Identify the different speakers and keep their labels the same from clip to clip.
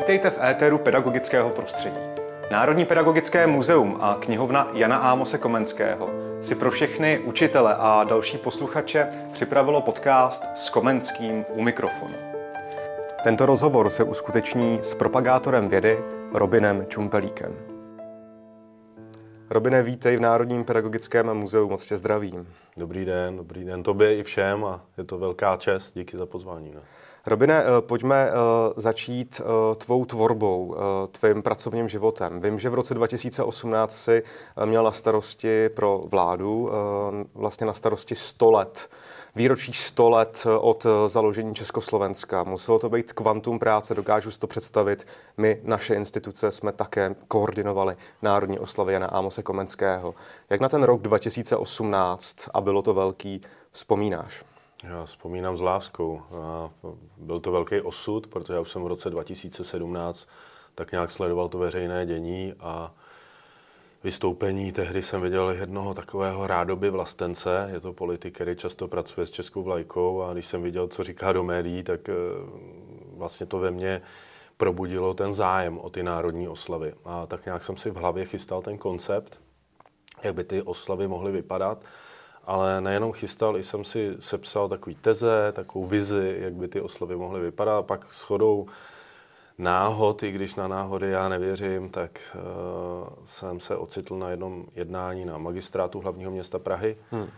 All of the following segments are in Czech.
Speaker 1: Vítejte v éteru pedagogického prostředí. Národní pedagogické muzeum a knihovna Jana Ámose Komenského si pro všechny učitele a další posluchače připravilo podcast s Komenským u mikrofonu. Tento rozhovor se uskuteční s propagátorem vědy Robinem Čumpelíkem. Robine, vítej v Národním pedagogickém muzeu, moc tě zdravím.
Speaker 2: Dobrý den tobě i všem a je to velká čest, díky za pozvání. Ne?
Speaker 1: Robine, pojďme začít tvou tvorbou, tvým pracovním životem. Vím, že v roce 2018 si měl na starosti pro vládu, vlastně na starosti 100 let, výročí 100 let od založení Československa. Muselo to být kvantum práce, dokážu si to představit. My, naše instituce, jsme také koordinovali národní oslavy Jana Ámose Komenského. Jak na ten rok 2018, a bylo to velký, vzpomínáš?
Speaker 2: Já vzpomínám s láskou. Byl to velký osud, protože já už jsem v roce 2017 tak nějak sledoval to veřejné dění a vystoupení. Tehdy jsem viděl jednoho takového rádoby vlastence, je to politik, který často pracuje s českou vlajkou, a když jsem viděl, co říká do médií, tak vlastně to ve mně probudilo ten zájem o ty národní oslavy. A tak nějak jsem si v hlavě chystal ten koncept, jak by ty oslavy mohly vypadat. Ale nejenom chystal, i jsem si sepsal takový teze, takovou vizi, jak by ty oslavy mohly vypadat. A pak shodou náhod, i když na náhody já nevěřím, tak jsem se ocitl na jednom jednání na magistrátu hlavního města Prahy.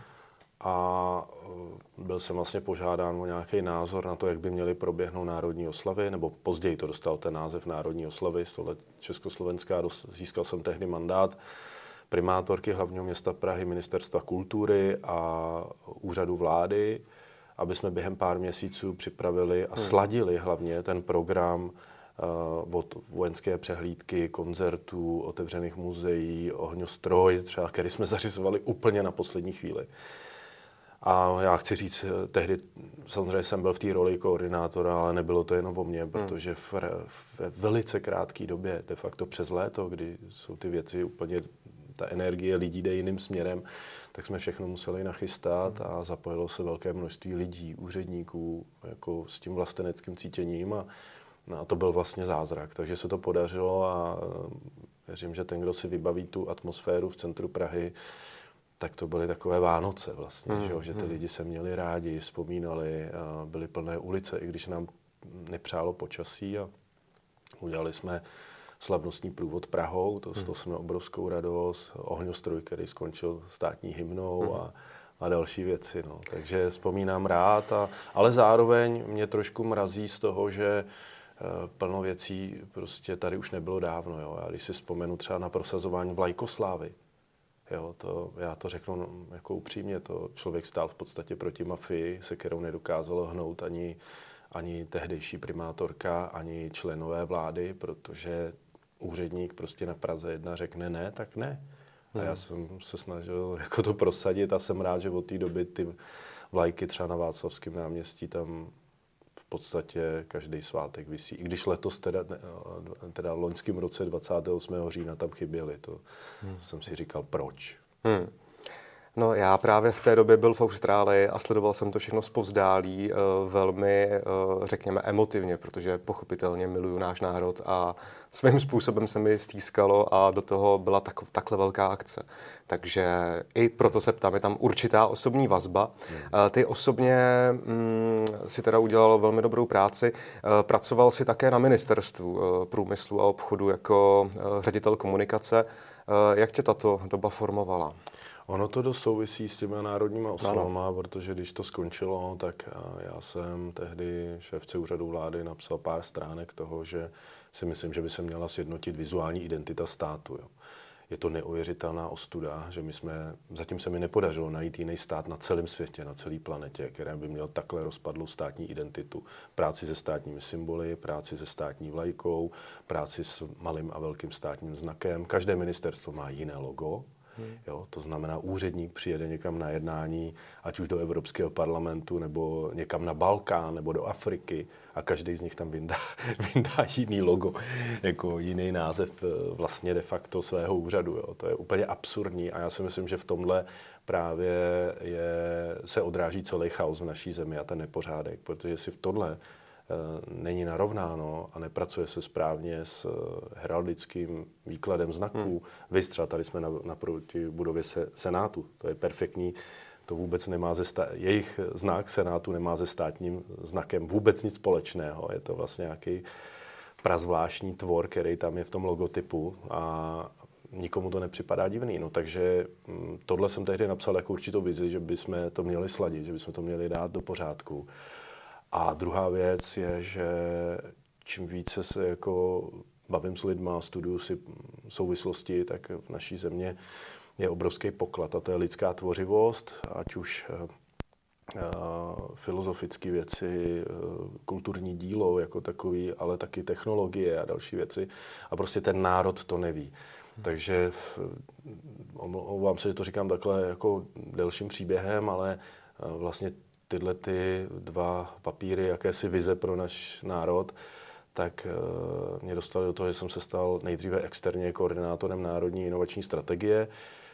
Speaker 2: A byl jsem vlastně požádán o nějaký názor na to, jak by měly proběhnout národní oslavy, nebo později to dostal ten název národní oslavy, 100 let Československá, získal jsem tehdy mandát primátorky hlavního města Prahy, Ministerstva kultury a úřadu vlády, aby jsme během pár měsíců připravili a sladili hlavně ten program od vojenské přehlídky, koncertů, otevřených muzeí, ohňostroj, třeba, který jsme zařizovali úplně na poslední chvíli. A já chci říct, tehdy samozřejmě jsem byl v té roli koordinátora, ale nebylo to jenom o mně, protože ve velice krátké době, de facto přes léto, kdy jsou ty věci úplně, ta energie lidí jde jiným směrem, tak jsme všechno museli nachystat a zapojilo se velké množství lidí, úředníků, jako s tím vlasteneckým cítěním a to byl vlastně zázrak. Takže se to podařilo a věřím, že ten, kdo si vybaví tu atmosféru v centru Prahy, tak to byly takové Vánoce vlastně, že ty lidi se měli rádi, vzpomínali, a byly plné ulice, i když nám nepřálo počasí, a udělali jsme slavnostní průvod Prahou, to jsme obrovskou radost, ohňostroj, který skončil státní hymnou a další věci. No. Takže vzpomínám rád, ale zároveň mě trošku mrazí z toho, že plno věcí prostě tady už nebylo dávno. Jo. Já když si vzpomenu třeba na prosazování vlajkoslávy, jo, já to řeknu jako upřímně, to člověk stál v podstatě proti mafii, se kterou nedokázalo hnout ani tehdejší primátorka, ani členové vlády, protože úředník prostě na Praze 1 řekne ne, tak ne. A já jsem se snažil jako to prosadit a jsem rád, že od té doby ty vlajky třeba na Václavském náměstí tam v podstatě každý svátek visí. I když letos teda v loňském roce 28. října tam chyběly, to jsem si říkal, proč.
Speaker 1: No, já právě v té době byl v Austrálii a sledoval jsem to všechno zpovzdálí, velmi, řekněme, emotivně, protože pochopitelně miluju náš národ a svým způsobem se mi stýskalo a do toho byla takhle velká akce. Takže i proto se ptám, je tam určitá osobní vazba. Ty osobně si teda udělal velmi dobrou práci. Pracoval si také na Ministerstvu průmyslu a obchodu jako ředitel komunikace. Jak tě tato doba formovala?
Speaker 2: Ono to dost souvisí s těmi národníma oslavama, protože když to skončilo, tak já jsem tehdy šéfce úřadu vlády napsal pár stránek toho, že si myslím, že by se měla sjednotit vizuální identita státu. Jo. Je to neuvěřitelná ostuda, že zatím se mi nepodařilo najít jiný stát na celém světě, na celé planetě, který by měl takhle rozpadlou státní identitu. Práci se státními symboly, práci se státní vlajkou, práci s malým a velkým státním znakem. Každé ministerstvo má jiné logo. Jo, to znamená, úředník přijede někam na jednání, ať už do Evropského parlamentu, nebo někam na Balkán, nebo do Afriky, a každý z nich tam vyndá jiný logo, jako jiný název vlastně de facto svého úřadu. Jo. To je úplně absurdní a já si myslím, že v tomhle právě se odráží celý chaos v naší zemi a ten nepořádek, protože si v tohle není narovnáno a nepracuje se správně s heraldickým výkladem znaků. Vystřel, tady jsme naproti budově Senátu, to je perfektní, to vůbec nemá jejich znak Senátu nemá se státním znakem vůbec nic společného, je to vlastně nějaký prazvláštní tvor, který tam je v tom logotypu a nikomu to nepřipadá divný. No, takže tohle jsem tehdy napsal jako určitou vizi, že bychom to měli sladit, že bychom to měli dát do pořádku. A druhá věc je, že čím více se jako bavím s lidma, studuju si souvislosti, tak v naší země je obrovský poklad a to je lidská tvořivost, ať už filozofické věci, kulturní dílo jako takový, ale taky technologie a další věci. A prostě ten národ to neví. Takže omlouvám se, že to říkám takhle jako delším příběhem, ale vlastně tyhle ty dva papíry, jakési vize pro náš národ, tak mě dostali do toho, že jsem se stal nejdříve externě koordinátorem Národní inovační strategie,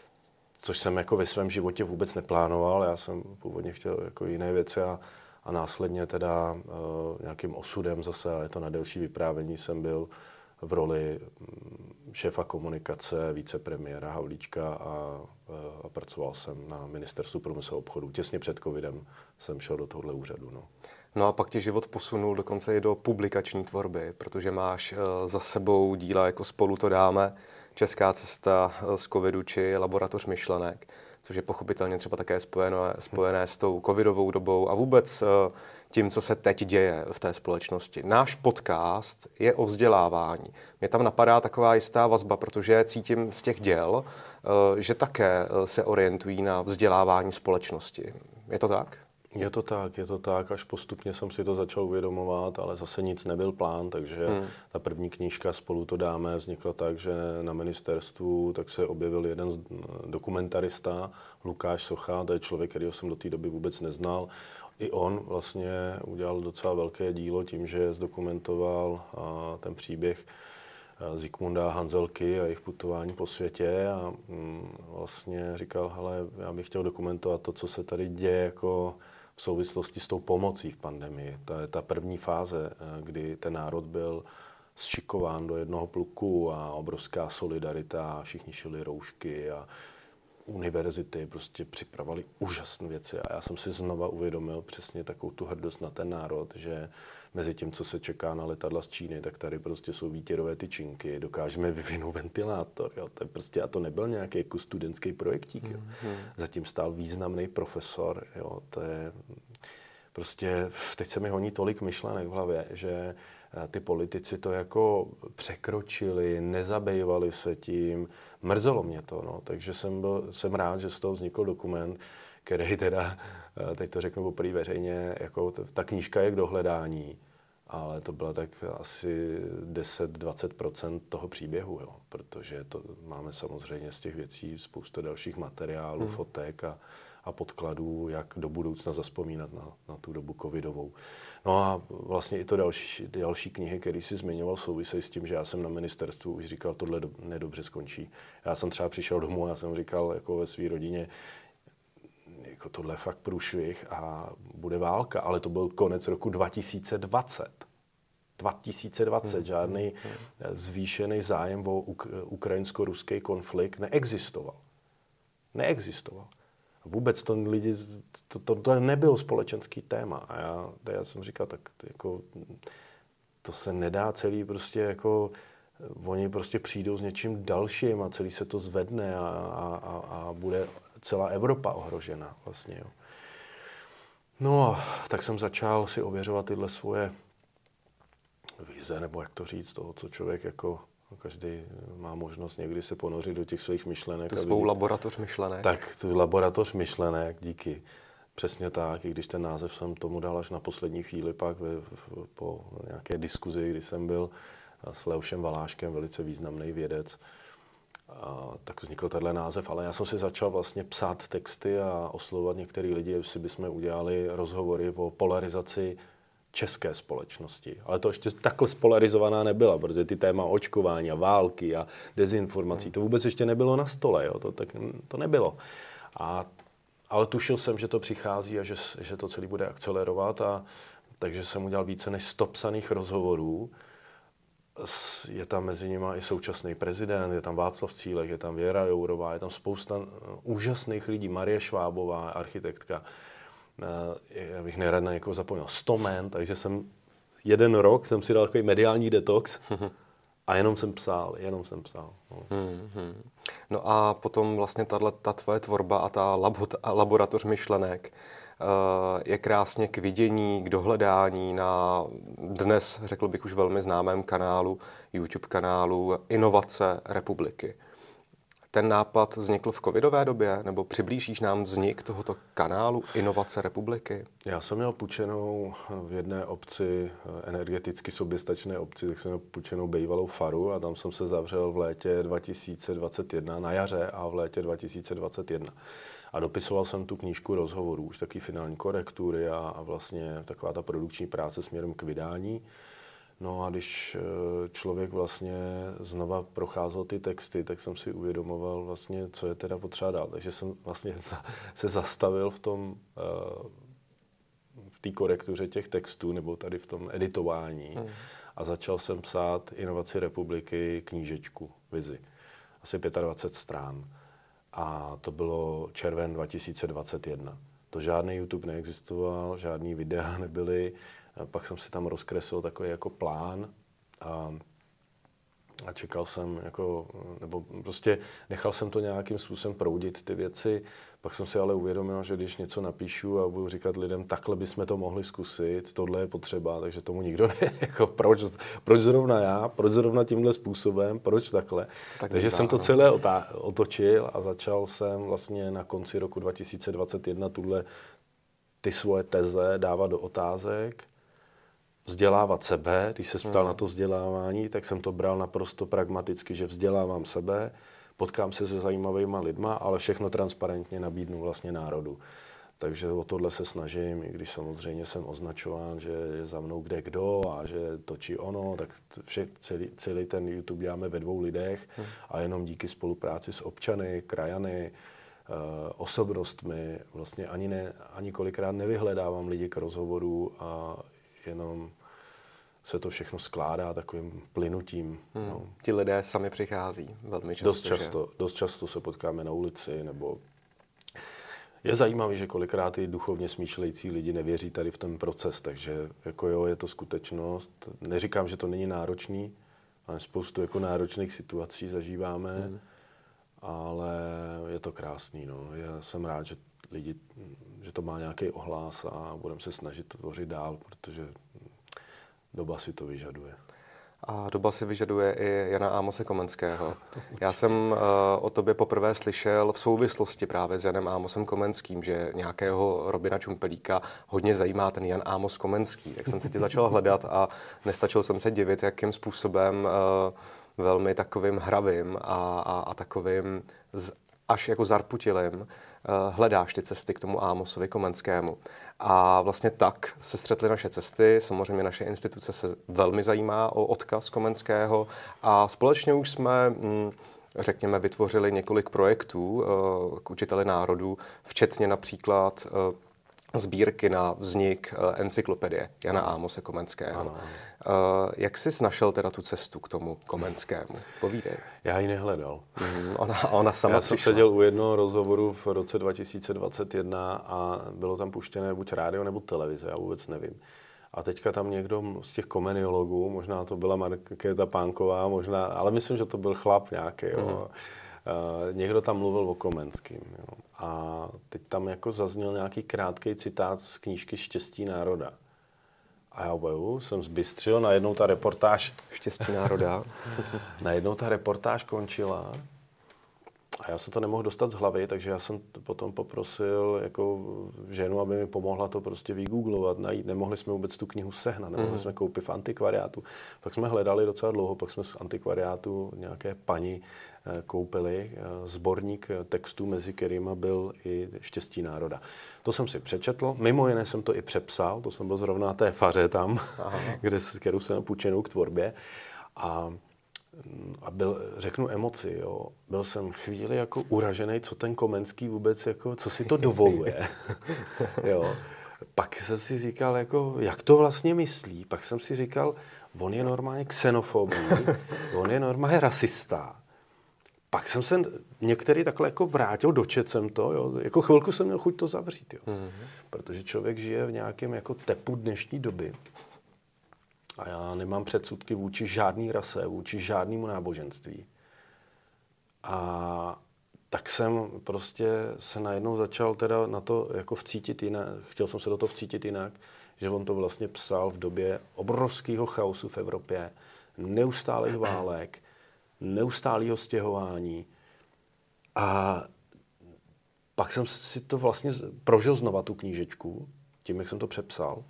Speaker 2: což jsem jako ve svém životě vůbec neplánoval. Já jsem původně chtěl jako jiné věci a následně teda nějakým osudem zase, ale je to na delší vyprávění, jsem byl v roli šéfa komunikace, vicepremiéra Havlíčka a pracoval jsem na Ministerstvu průmyslu a obchodu. Těsně před covidem jsem šel do tohohle úřadu.
Speaker 1: No a pak tě život posunul dokonce i do publikační tvorby, protože máš za sebou díla jako Spolu to dáme, Česká cesta z covidu či Laboratoř myšlenek, což je pochopitelně třeba také spojené s tou covidovou dobou a vůbec tím, co se teď děje v té společnosti. Náš podcast je o vzdělávání. Mě tam napadá taková jistá vazba, protože cítím z těch děl, že také se orientují na vzdělávání společnosti. Je to tak?
Speaker 2: Je to tak, až postupně jsem si to začal uvědomovat, ale zase nic nebyl plán, takže ta první knížka Spolu to dáme vznikla tak, že na ministerstvu tak se objevil jeden dokumentarista, Lukáš Socha, to je člověk, kterýho jsem do té doby vůbec neznal. I on vlastně udělal docela velké dílo tím, že zdokumentoval ten příběh Zikmunda a Hanzelky a jejich putování po světě a vlastně říkal, hele, já bych chtěl dokumentovat to, co se tady děje jako v souvislosti s tou pomocí v pandemii. To je ta první fáze, kdy ten národ byl sšikován do jednoho pluku a obrovská solidarita, všichni šili roušky a univerzity prostě připravovali úžasné věci a já jsem si znova uvědomil přesně takovou tu hrdost na ten národ, že mezi tím, co se čeká na letadla z Číny, tak tady prostě jsou výtěrové tyčinky, dokážeme vyvinout ventilátor, jo. To je prostě, a to nebyl nějaký jako studentský projektík, jo. Zatím stál významný profesor, jo. To je prostě, teď se mi honí tolik myšlenek v hlavě, že ty politici to jako překročili, nezabývali se tím, mrzelo mě to, no. Takže jsem rád, že z toho vznikl dokument, který teda, teď to řeknu poprvé veřejně, jako ta knížka je k dohledání, ale to byla tak asi 10-20% toho příběhu, jo, protože to máme samozřejmě z těch věcí spoustu dalších materiálů, fotek a podkladů, jak do budoucna zavzpomínat na tu dobu covidovou. No a vlastně i to další knihy, které si zmiňoval, souvisejí s tím, že já jsem na ministerstvu už říkal, tohle nedobře skončí. Já jsem třeba přišel domů a já jsem říkal jako ve své rodině, jako tohle je fakt průšvih a bude válka, ale to byl konec roku 2020. 2020, žádný zvýšený zájem o ukrajinsko-ruský konflikt neexistoval. Vůbec to nebylo společenský téma. A já jsem říkal, tak jako, to se nedá celý prostě jako, oni prostě přijdou s něčím dalším a celý se to zvedne a bude celá Evropa ohrožena vlastně. Jo. No a tak jsem začal si ověřovat tyhle svoje vize, nebo jak to říct, toho, co člověk jako každý má možnost někdy se ponořit do těch svých myšlenek.
Speaker 1: Tu svou laboratoř myšlenek.
Speaker 2: Tak, tu laboratoř myšlenek, díky. Přesně tak, i když ten název jsem tomu dal až na poslední chvíli pak po nějaké diskuzi, kdy jsem byl s Leošem Valáškem, velice významný vědec, tak vznikl tenhle název, ale já jsem si začal vlastně psát texty a oslovovat některý lidi, jestli bychom udělali rozhovory o polarizaci české společnosti. Ale to ještě takhle spolarizovaná nebyla, protože ty téma očkování a války a dezinformací, to vůbec ještě nebylo na stole, jo? To nebylo. Ale tušil jsem, že to přichází a že to celé bude akcelerovat a takže jsem udělal více než 100 psaných rozhovorů. Je tam mezi nimi i současný prezident, je tam Václav Cílek, je tam Věra Jourová, je tam spousta úžasných lidí, Marie Švábová, architektka. Já bych nerad na někoho zapomněl. 100 men, takže jsem jeden rok jsem si dal takový mediální detox a jenom jsem psal. No.
Speaker 1: No a potom vlastně ta tvoje tvorba a ta laboratoř myšlenek je krásně k vidění, k dohledání na dnes, řekl bych, už velmi známém kanálu, YouTube kanálu Inovace republiky. Ten nápad vznikl v covidové době, nebo přiblížíš nám vznik tohoto kanálu Inovace republiky?
Speaker 2: Já jsem měl půjčenou v jedné obci, energeticky soběstačné obci, tak jsem měl půjčenou bývalou faru a tam jsem se zavřel v létě 2021, na jaře a v létě 2021. A dopisoval jsem tu knížku rozhovorů, už taky finální korektury a vlastně taková ta produkční práce směrem k vydání. No a když člověk vlastně znova procházel ty texty, tak jsem si uvědomoval vlastně, co je teda potřeba dál. Takže jsem vlastně se zastavil v té korektuře těch textů, nebo tady v tom editování. A začal jsem psát Inovaci republiky, knížečku, vizi. Asi 25 strán. A to bylo červen 2021. To žádný YouTube neexistoval, žádný videa nebyly. Pak jsem si tam rozkreslil takový jako plán a čekal jsem, nebo prostě nechal jsem to nějakým způsobem proudit ty věci. Pak jsem si ale uvědomil, že když něco napíšu a budu říkat lidem, takhle bychom to mohli zkusit, tohle je potřeba, takže tomu nikdo ne, proč zrovna já, proč zrovna tímhle způsobem, proč takhle. Takže jsem to celé otočil a začal jsem vlastně na konci roku 2021 ty svoje teze dávat do otázek, vzdělávat sebe. Když se ptal na to vzdělávání, tak jsem to bral naprosto pragmaticky, že vzdělávám sebe, potkám se se zajímavýma lidma, ale všechno transparentně nabídnu vlastně národu. Takže o tohle se snažím, i když samozřejmě jsem označován, že je za mnou kde kdo a že to či ono, tak celý ten YouTube děláme ve 2 lidech a jenom díky spolupráci s občany, krajany, osobnostmi, vlastně ani kolikrát nevyhledávám lidi k rozhovoru a jenom se to všechno skládá takovým plynutím. No.
Speaker 1: Ti lidé sami přichází velmi často.
Speaker 2: Dost často se potkáme na ulici, nebo je zajímavé, že kolikrát i duchovně smýšlející lidi nevěří tady v ten proces, takže je to skutečnost. Neříkám, že to není náročný, ale spoustu náročných situací zažíváme, ale je to krásný. No. Já jsem rád, že to má nějaký ohlas a budeme se snažit to tvořit dál, protože doba si to vyžaduje.
Speaker 1: A doba si vyžaduje i Jana Ámose Komenského. Já jsem o tobě poprvé slyšel v souvislosti právě s Janem Ámosem Komenským, že nějakého Robina Čumpelíka hodně zajímá ten Jan Ámos Komenský. Tak jsem se tě začal hledat a nestačil jsem se divit, jakým způsobem velmi takovým hravým a takovým až jako zarputilým hledáš ty cesty k tomu Ámosovi Komenskému. A vlastně tak se střetly naše cesty. Samozřejmě naše instituce se velmi zajímá o odkaz Komenského a společně už jsme, řekněme, vytvořili několik projektů k učiteli národů, včetně například sbírky na vznik encyklopedie Jana Ámose Komenského.
Speaker 2: Ano.
Speaker 1: Jak jsi našel teda tu cestu k tomu Komenskému? Povídej.
Speaker 2: Já ji nehledal.
Speaker 1: Ona sama
Speaker 2: Já jsem seděl u jednoho rozhovoru v roce 2021 a bylo tam puštěné buď rádio nebo televize, já vůbec nevím. A teďka tam někdo z těch komeniologů, možná to byla Markéta Pánková, ale myslím, že to byl chlap nějaký, někdo tam mluvil o Komenským. Jo. A teď tam zazněl nějaký krátký citát z knížky Štěstí národa. A já jsem zbystřil, najednou ta reportáž...
Speaker 1: Štěstí národa.
Speaker 2: Najednou ta reportáž končila a já jsem to nemohl dostat z hlavy, takže já jsem potom poprosil ženu, aby mi pomohla to prostě vygooglovat, najít. Nemohli jsme vůbec tu knihu sehnat, nemohli jsme koupit v antikvariátu. Pak jsme hledali docela dlouho, pak jsme z antikvariátu nějaké paní koupili sborník textů, mezi kterými byl i Štěstí národa. To jsem si přečetl, mimo jiné jsem to i přepsal, to jsem byl zrovna na té faře tam, kterou jsem půjčenou k tvorbě. A řeknu emoci, jo. Byl jsem chvíli uražený, co ten Komenský vůbec, co si to dovoluje. Jo. pak jsem si říkal, jako, jak to vlastně myslí. Pak jsem si říkal, on je normálně xenofobní, on je normálně rasista. Pak jsem se některý takhle jako vrátil, dočetl jsem to, jo. Jako chvilku jsem měl chuť to zavřít, jo. Protože člověk žije v nějakém jako tepu dnešní doby. A já nemám předsudky vůči žádný rase, vůči žádnému náboženství. A tak jsem prostě se najednou začal teda na to jako vcítit jinak, chtěl jsem se do toho vcítit jinak, že on to vlastně psal v době obrovského chaosu v Evropě, neustálých válek, neustálého stěhování. A pak jsem si to vlastně prožil znova, tu knížečku, tím, jak jsem to přepsal.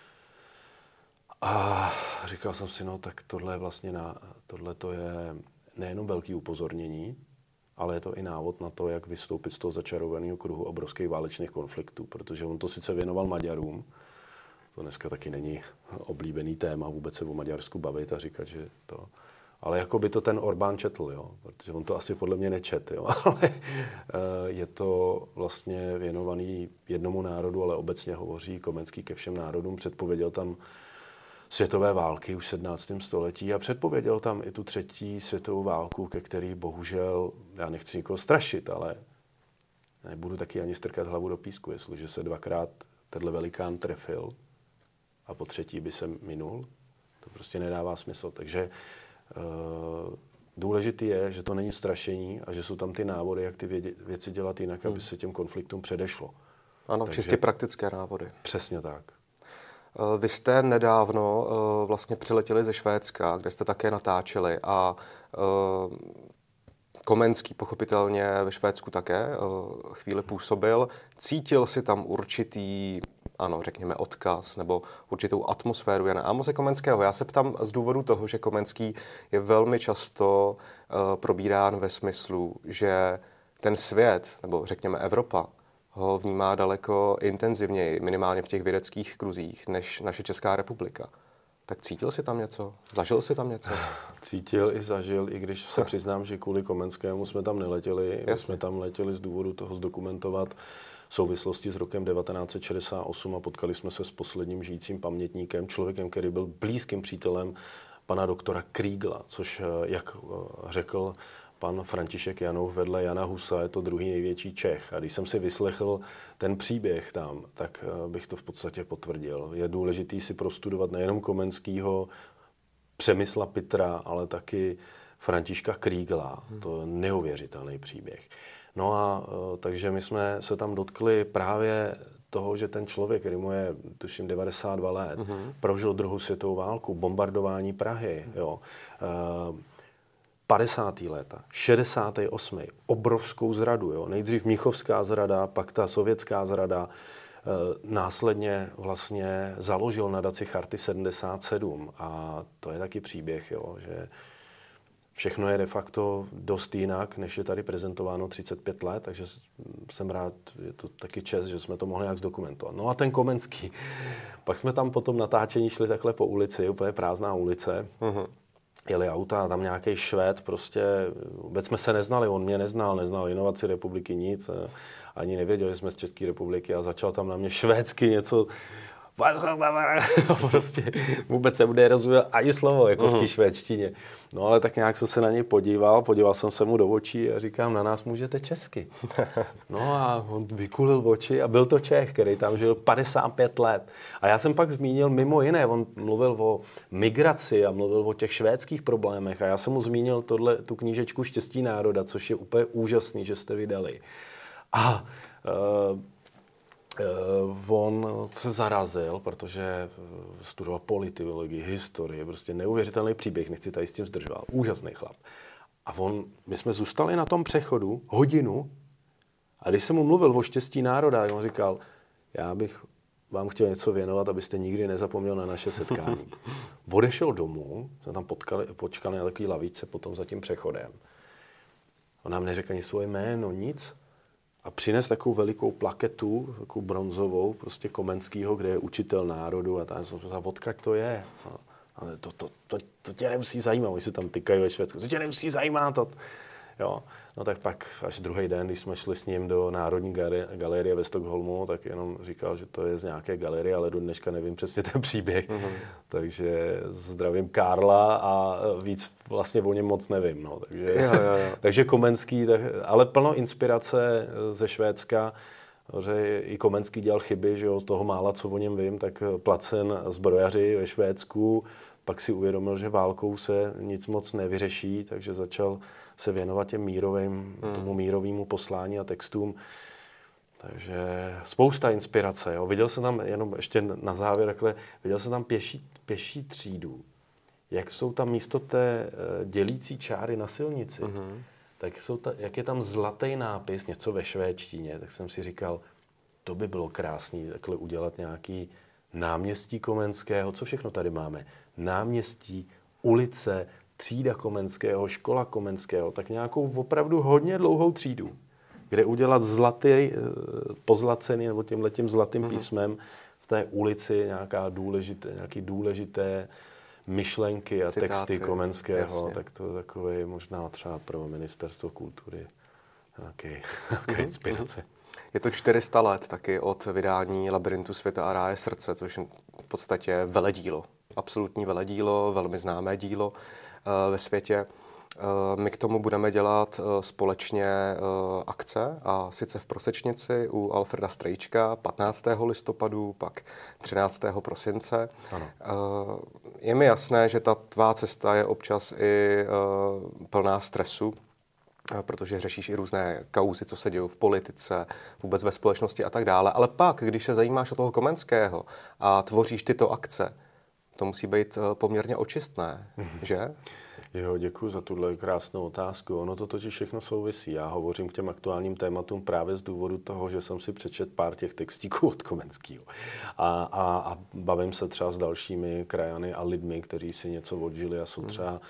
Speaker 2: A říkal jsem si, no tak tohle je vlastně tohle to je nejenom velký upozornění, ale je to i návod na to, jak vystoupit z toho začarovaného kruhu obrovských válečných konfliktů, protože on to sice věnoval Maďarům, to dneska taky není oblíbený téma vůbec se o Maďarsku bavit a říkat, že to... Ale jako by to ten Orbán četl, jo, protože on to asi podle mě nečet, jo, ale je to vlastně věnovaný jednomu národu, ale obecně hovoří Komenský ke všem národům, předpověděl tam světové války už v 17. století a předpověděl tam i tu třetí světovou válku, ke který bohužel, já nechci nikoho strašit, ale nebudu taky ani strkat hlavu do písku, jestliže se dvakrát tenhle velikán trefil a po třetí by se minul, to prostě nedává smysl. Takže důležitý je, že to není strašení a že jsou tam ty návody, jak ty věci dělat jinak, aby se těm konfliktům předešlo.
Speaker 1: Ano, takže čistě praktické návody.
Speaker 2: Přesně tak.
Speaker 1: Vy jste nedávno vlastně přiletěli ze Švédska, kde jste také natáčeli a Komenský pochopitelně ve Švédsku také chvíli působil. Cítil si tam určitý, ano, řekněme odkaz nebo určitou atmosféru Jana Amose Komenského. Já se ptám z důvodu toho, že Komenský je velmi často probírán ve smyslu, že ten svět, nebo řekněme Evropa, ho vnímá daleko intenzivněji, minimálně v těch vědeckých kruzích, než naše Česká republika. Tak cítil jsi tam něco? Zažil jsi tam něco?
Speaker 2: Cítil i zažil, i když se přiznám, že kvůli Komenskému jsme tam neletěli. My jsme tam letěli z důvodu toho zdokumentovat souvislosti s rokem 1968 a potkali jsme se s posledním žijícím pamětníkem, člověkem, který byl blízkým přítelem pana doktora Kriegla, což, jak řekl pan František Janouch, vedle Jana Husa je to druhý největší Čech. A když jsem si vyslechl ten příběh tam, tak bych to v podstatě potvrdil. Je důležitý si prostudovat nejenom Komenskýho, Přemysla Pitra, ale taky Františka Kriegla. To je neuvěřitelný příběh. No a takže my jsme se tam dotkli právě toho, že ten člověk, který mu je, tuším, 92 let, prožil druhou světovou válku, bombardování Prahy, jo, 50. léta, 68. obrovskou zradu. Jo. Nejdřív Mnichovská zrada, pak ta sovětská zrada. Následně vlastně založil nadaci Charty 77. A to je taky příběh, jo, že všechno je de facto dost jinak, než je tady prezentováno 35 let, takže jsem rád, je to taky čest, že jsme to mohli nějak zdokumentovat. No a ten Komenský. Pak jsme tam po tom natáčení šli takhle po ulici, úplně prázdná ulice. Jeli auta, tam nějaký Švéd, prostě vůbec jsme se neznali, on mě neznal inovaci republiky nic, ani nevěděl, že jsme z České republiky a začal tam na mě švédsky něco, prostě vůbec se mu nerozuměl ani slovo, jako v té švédštině. No ale tak nějak jsem se na něj podíval jsem se mu do očí a říkám, na nás můžete česky. No a on vykulil oči a byl to Čech, který tam žil 55 let. A já jsem pak zmínil mimo jiné, on mluvil o migraci a mluvil o těch švédských problémech a já jsem mu zmínil tu knížečku Štěstí národa, což je úplně úžasný, že jste vydali. A on se zarazil, protože studoval politologii, historii, prostě neuvěřitelný příběh, nechci tady s tím zdržovat, úžasný chlap. A my jsme zůstali na tom přechodu hodinu a když jsem mu mluvil o štěstí národa, on říkal, já bych vám chtěl něco věnovat, abyste nikdy nezapomněl na naše setkání. Odešel domů, jsme tam počkali na takový lavičce potom za tím přechodem. On nám neřekl ani svoje jméno, nic. A přines takovou velikou plaketu, takovou bronzovou, prostě Komenskýho, kde je učitel národu a tam jsem říkal, odkud to je? Ale to tě nemusí zajímat, oni se tam tykají ve Švédsku, to tě nemusí zajímat. Jo. No tak pak až druhý den, když jsme šli s ním do Národní galerie ve Stockholmu, tak jenom říkal, že to je z nějaké galerie, ale do dneška nevím přesně ten příběh. Takže zdravím Karla a víc vlastně o něm moc nevím. No. Takže, takže Komenský, ale plno inspirace ze Švédska, že i Komenský dělal chyby, že jo, z toho mála, co o něm vím, tak placen zbrojaři ve Švédsku, pak si uvědomil, že válkou se nic moc nevyřeší, takže začal se věnovat tomu mírovému poslání a textům. Takže spousta inspirace. Jo. Viděl jsem tam, jenom ještě na závěr, takhle, viděl jsem tam pěší třídu. Jak jsou tam místo té dělící čáry na silnici, tak jak je tam zlatý nápis, něco ve švédštině, tak jsem si říkal, to by bylo krásný takhle udělat nějaký náměstí Komenského. Co všechno tady máme? Náměstí, ulice, třída Komenského, škola Komenského, tak nějakou opravdu hodně dlouhou třídu, kde udělat zlatý, pozlacený nebo tímhletím zlatým písmem v té ulici nějaký důležité myšlenky a citáci, texty Komenského, jasně. Tak to je takový možná třeba pro ministerstvo kultury nějaká inspirace.
Speaker 1: Je to 400 let taky od vydání Labyrintu světa a ráje srdce, což je v podstatě veledílo. Absolutní veledílo, velmi známé dílo ve světě. My k tomu budeme dělat společně akce, a sice v Prosečnici u Alfreda Strejčka 15. listopadu, pak 13. prosince.
Speaker 2: Ano.
Speaker 1: Je mi jasné, že ta tvá cesta je občas i plná stresu, protože řešíš i různé kauzy, co se dějí v politice, vůbec ve společnosti a tak dále. Ale pak, když se zajímáš o toho Komenského a tvoříš tyto akce, to musí být poměrně očistné, že?
Speaker 2: Jo, děkuji za tuhle krásnou otázku. Ono to totiž všechno souvisí. Já hovořím k těm aktuálním tématům právě z důvodu toho, že jsem si přečetl pár těch textíků od Komenského. A bavím se třeba s dalšími krajany a lidmi, kteří si něco odžili a jsou třeba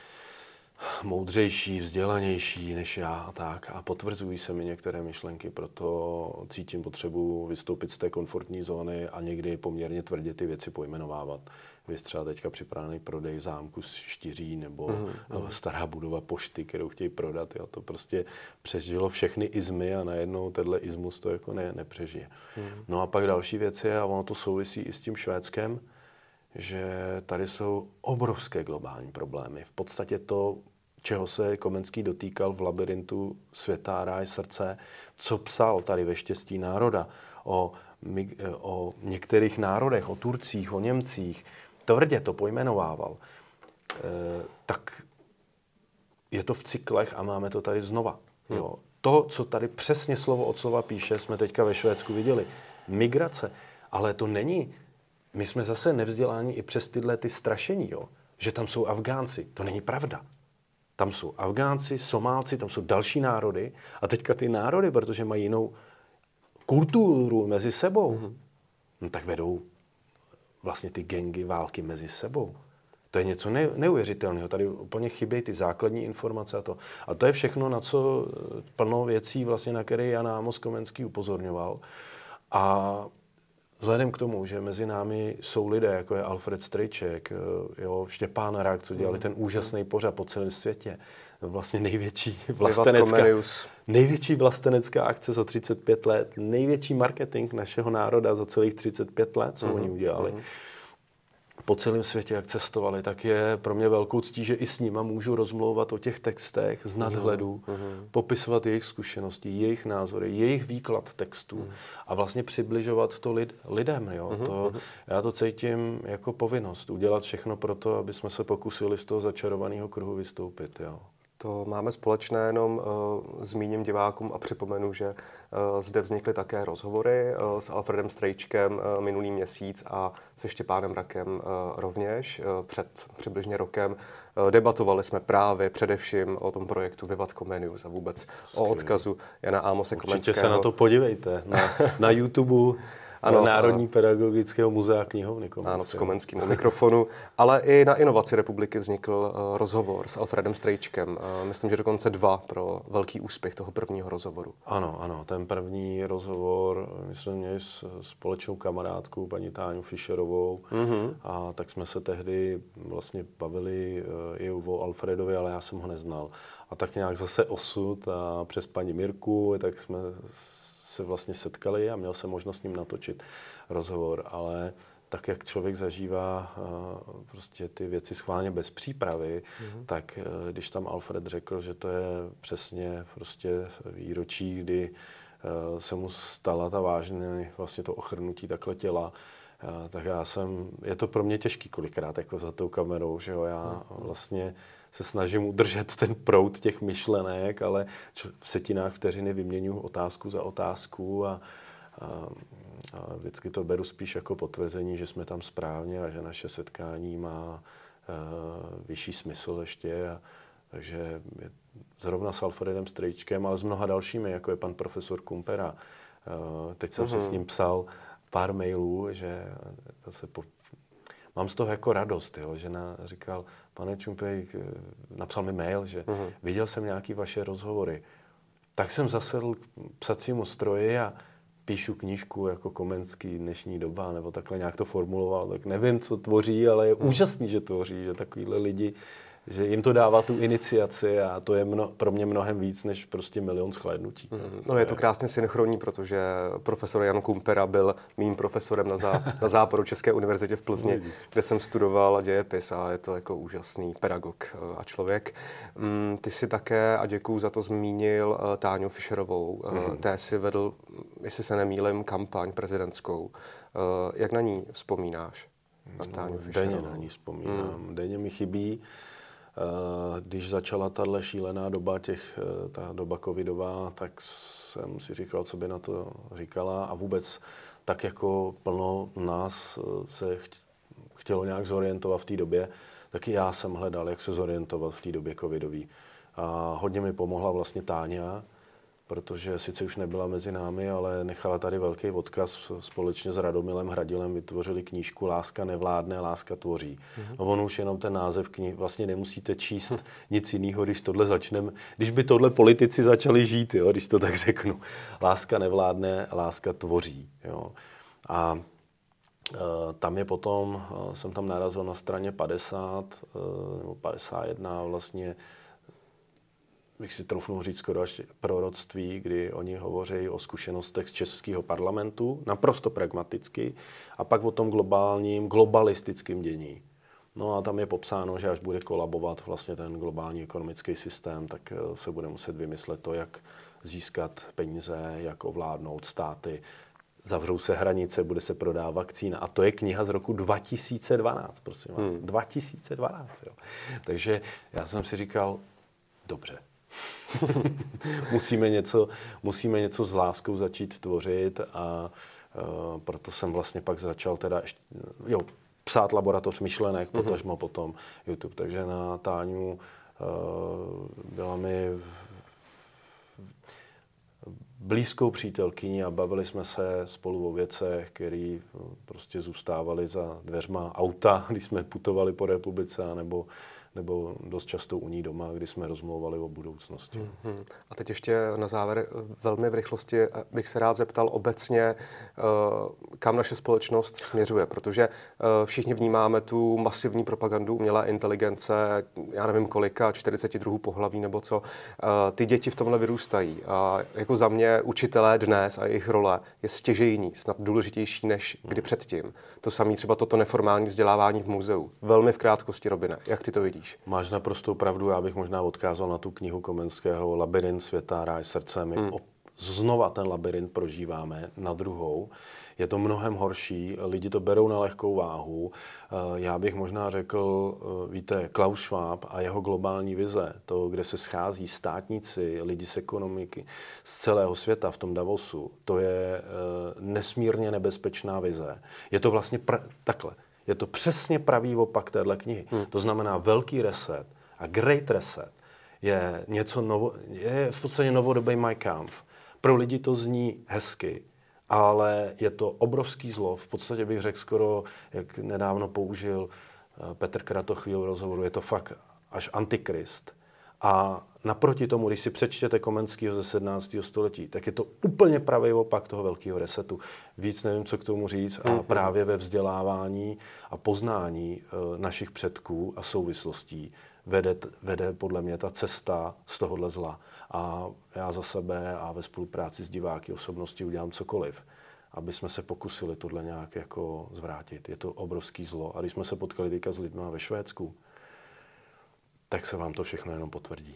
Speaker 2: moudřejší, vzdělanější než já a tak. A potvrzují se mi některé myšlenky, proto cítím potřebu vystoupit z té komfortní zóny a někdy poměrně tvrdě ty věci pojmenovávat. Vy třeba teďka připravený prodej zámku z Štiří nebo stará budova pošty, kterou chtějí prodat. Jo. To prostě přežilo všechny izmy a najednou tenhle izmus to jako nepřežije. No a pak další věc je, a ono to souvisí i s tím Švédskem, že tady jsou obrovské globální problémy. V podstatě to, čeho se Komenský dotýkal v Labyrintu světa a ráj srdce, co psal tady ve Štěstí národa o některých národech, o Turcích, o Němcích, tvrdě to pojmenovával, tak je to v cyklech a máme to tady znova. Jo. To, co tady přesně slovo od slova píše, jsme teďka ve Švédsku viděli. Migrace, ale to není. My jsme zase nevzděláni i přes tyhle ty strašení, jo? Že tam jsou Afgánci. To není pravda. Tam jsou Afgánci, Somálci, tam jsou další národy a teďka ty národy, protože mají jinou kulturu mezi sebou, no tak vedou vlastně ty gangy války mezi sebou. To je něco neuvěřitelného. Tady úplně chybějí ty základní informace a to. A to je všechno, na co plno věcí, vlastně, na které Jan Amos Komenský upozorňoval. A vzhledem k tomu, že mezi námi jsou lidé, jako je Alfred Strejček, jo, Štěpán Rak, co dělali ten úžasný pořad po celém světě, vlastně největší vlastenecká akce za 35 let, největší marketing našeho národa za celých 35 let, co oni udělali. Po celém světě, jak cestovali, tak je pro mě velkou ctí, že i s nima můžu rozmlouvat o těch textech z nadhledu, popisovat jejich zkušenosti, jejich názory, jejich výklad textů a vlastně přibližovat to lidem. Jo? Já to cítím jako povinnost, udělat všechno pro to, aby jsme se pokusili z toho začarovaného kruhu vystoupit. Jo?
Speaker 1: To máme společné, jenom zmíním divákům a připomenu, že zde vznikly také rozhovory s Alfredem Strejčkem minulý měsíc a se Štěpánem Rakem rovněž před přibližně rokem. Debatovali jsme právě především o tom projektu Vivat Comenius a vůbec o odkazu Jana Amose Komenského.
Speaker 2: Určitě se na to podívejte. Na YouTube
Speaker 1: Ano,
Speaker 2: Národní pedagogického muzea knihovny
Speaker 1: Komenského. Ano, z Komenského mikrofonu, ale i na Inovaci republiky vznikl rozhovor s Alfredem Strejčkem. Myslím, že dokonce 2 pro velký úspěch toho prvního rozhovoru.
Speaker 2: Ano, ten první rozhovor, my jsme měli společnou kamarádku, paní Táňu Fischerovou, a tak jsme se tehdy vlastně bavili i o Alfredovi, ale já jsem ho neznal. A tak nějak zase osud a přes paní Mirku, tak jsme se vlastně setkali a měl jsem možnost s ním natočit rozhovor, ale tak, jak člověk zažívá prostě ty věci schválně bez přípravy, tak když tam Alfred řekl, že to je přesně prostě výročí, kdy se mu stala ta vážné vlastně to ochrnutí takhle těla, tak je to pro mě těžký kolikrát jako za tou kamerou, že jo, já vlastně se snažím udržet ten proud těch myšlenek, ale v setinách vteřiny vyměňuji otázku za otázku a vždycky to beru spíš jako potvrzení, že jsme tam správně a že naše setkání má vyšší smysl ještě. Takže zrovna s Alfredem Strejčkem, ale s mnoha dalšími, jako je pan profesor Kumpera. Teď jsem si s ním psal pár mailů, že mám z toho jako radost, jo, že říkal, pane Čumpej, napsal mi mail, že viděl jsem nějaký vaše rozhovory. Tak jsem zasedl k psacímu stroji a píšu knížku jako Komenský dnešní doba, nebo takhle nějak to formuloval, tak nevím, co tvoří, ale je úžasný, že tvoří, že takovýhle lidi, že jim to dává tu iniciaci a to je pro mě mnohem víc, než prostě milion shlédnutí.
Speaker 1: No je to krásně synchronní, protože profesor Jan Kumpera byl mým profesorem na Západu České univerzitě v Plzni, kde jsem studoval dějepis a je to jako úžasný pedagog a člověk. Ty si také, a děkuju za to, zmínil Táňu Fischerovou. Té si vedl, jestli se nemýlim, kampaň prezidentskou. Jak na ní vzpomínáš? Na Táňu Fischerovou?
Speaker 2: Denně na ní vzpomínám. Denně mi chybí. Když začala tahle šílená doba, ta doba covidová, tak jsem si říkal, co by na to říkala a vůbec tak jako plno nás se chtělo nějak zorientovat v té době, tak i já jsem hledal, jak se zorientovat v té době covidové. A hodně mi pomohla vlastně Táňa, protože sice už nebyla mezi námi, ale nechala tady velký odkaz. Společně s Radomilem Hradilem vytvořili knížku Láska nevládne, láska tvoří. No on už jenom ten název knihy, vlastně nemusíte číst nic jiného, když by tohle politici začali žít, jo, když to tak řeknu. Láska nevládne, láska tvoří. Jo. A tam je potom, jsem tam narazil na straně 50 nebo 51 vlastně, bych si trofnul říct skoro až proroctví, kdy oni hovoří o zkušenostech z českého parlamentu, naprosto pragmaticky, a pak o tom globalistickém dění. No a tam je popsáno, že až bude kolabovat vlastně ten globální ekonomický systém, tak se bude muset vymyslet to, jak získat peníze, jak ovládnout státy. Zavřou se hranice, bude se prodávat vakcína. A to je kniha z roku 2012, prosím vás. 2012, jo. Takže já jsem si říkal, dobře. musíme něco s láskou začít tvořit a proto jsem vlastně pak začal psát Laboratoř myšlenek, potažmo potom YouTube. Takže na Táňu byla mi blízkou přítelkyní a bavili jsme se spolu o věcech, které prostě zůstávaly za dveřma auta, když jsme putovali po republice, nebo dost často u ní doma, kdy jsme rozmlouvali o budoucnosti.
Speaker 1: A teď ještě na závěr velmi v rychlosti bych se rád zeptal obecně, kam naše společnost směřuje, protože všichni vnímáme tu masivní propagandu umělé inteligence, já nevím kolika, 42 pohlaví nebo co. Ty děti v tomhle vyrůstají a jako za mě učitelé dnes a jejich role je stěžejní, snad důležitější než kdy předtím. To samé třeba toto neformální vzdělávání v muzeu. Velmi v krátkosti, Robine. Jak ty to vidíš?
Speaker 2: Máš naprostou pravdu, já bych možná odkázal na tu knihu Komenského Labyrint světa, ráj srdce. My znova ten labyrint prožíváme na druhou. Je to mnohem horší, lidi to berou na lehkou váhu. Já bych možná řekl, víte, Klaus Schwab a jeho globální vize, to, kde se schází státníci, lidi z ekonomiky, z celého světa v tom Davosu, to je nesmírně nebezpečná vize. Je to vlastně takhle. Je to přesně pravý opak téhle knihy. To znamená velký reset a great reset je v podstatě novodobý Mein Kampf. Pro lidi to zní hezky, ale je to obrovský zlo. V podstatě bych řekl skoro, jak nedávno použil Petr Kratochvíl v rozhovoru, je to fakt až antikrist. A naproti tomu, když si přečtěte Komenského ze 17. století, tak je to úplně pravý opak toho velkého resetu. Víc nevím, co k tomu říct, a právě ve vzdělávání a poznání našich předků a souvislostí vede podle mě ta cesta z tohohle zla. A já za sebe a ve spolupráci s diváky osobnosti udělám cokoliv, aby jsme se pokusili tohle nějak jako zvrátit. Je to obrovský zlo. A když jsme se potkali teďka s lidmi ve Švédsku, tak se vám to všechno jenom potvrdí.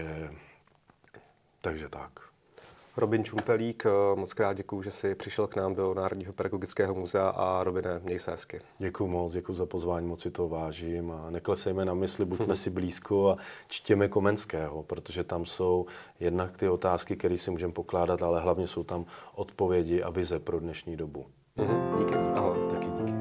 Speaker 2: Takže tak.
Speaker 1: Robin Čumpelík, moc krát děkuju, že jsi přišel k nám do Národního pedagogického muzea a Robine, měj se hezky.
Speaker 2: Děkuju moc, děkuju za pozvání, moc si to vážím a neklesejme na mysli, buďme si blízko a čtěme Komenského, protože tam jsou jednak ty otázky, které si můžeme pokládat, ale hlavně jsou tam odpovědi a vize pro dnešní dobu.
Speaker 1: Díky, ahoj.
Speaker 2: Taky díky.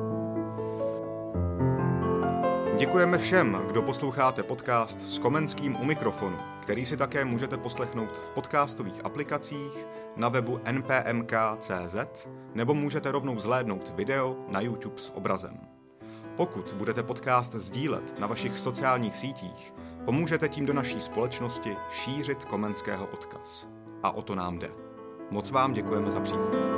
Speaker 3: Děkujeme všem, kdo posloucháte podcast s Komenským u mikrofonu, který si také můžete poslechnout v podcastových aplikacích, na webu npmk.cz nebo můžete rovnou zhlédnout video na YouTube s obrazem. Pokud budete podcast sdílet na vašich sociálních sítích, pomůžete tím do naší společnosti šířit Komenského odkaz. A o to nám jde. Moc vám děkujeme za přízeň.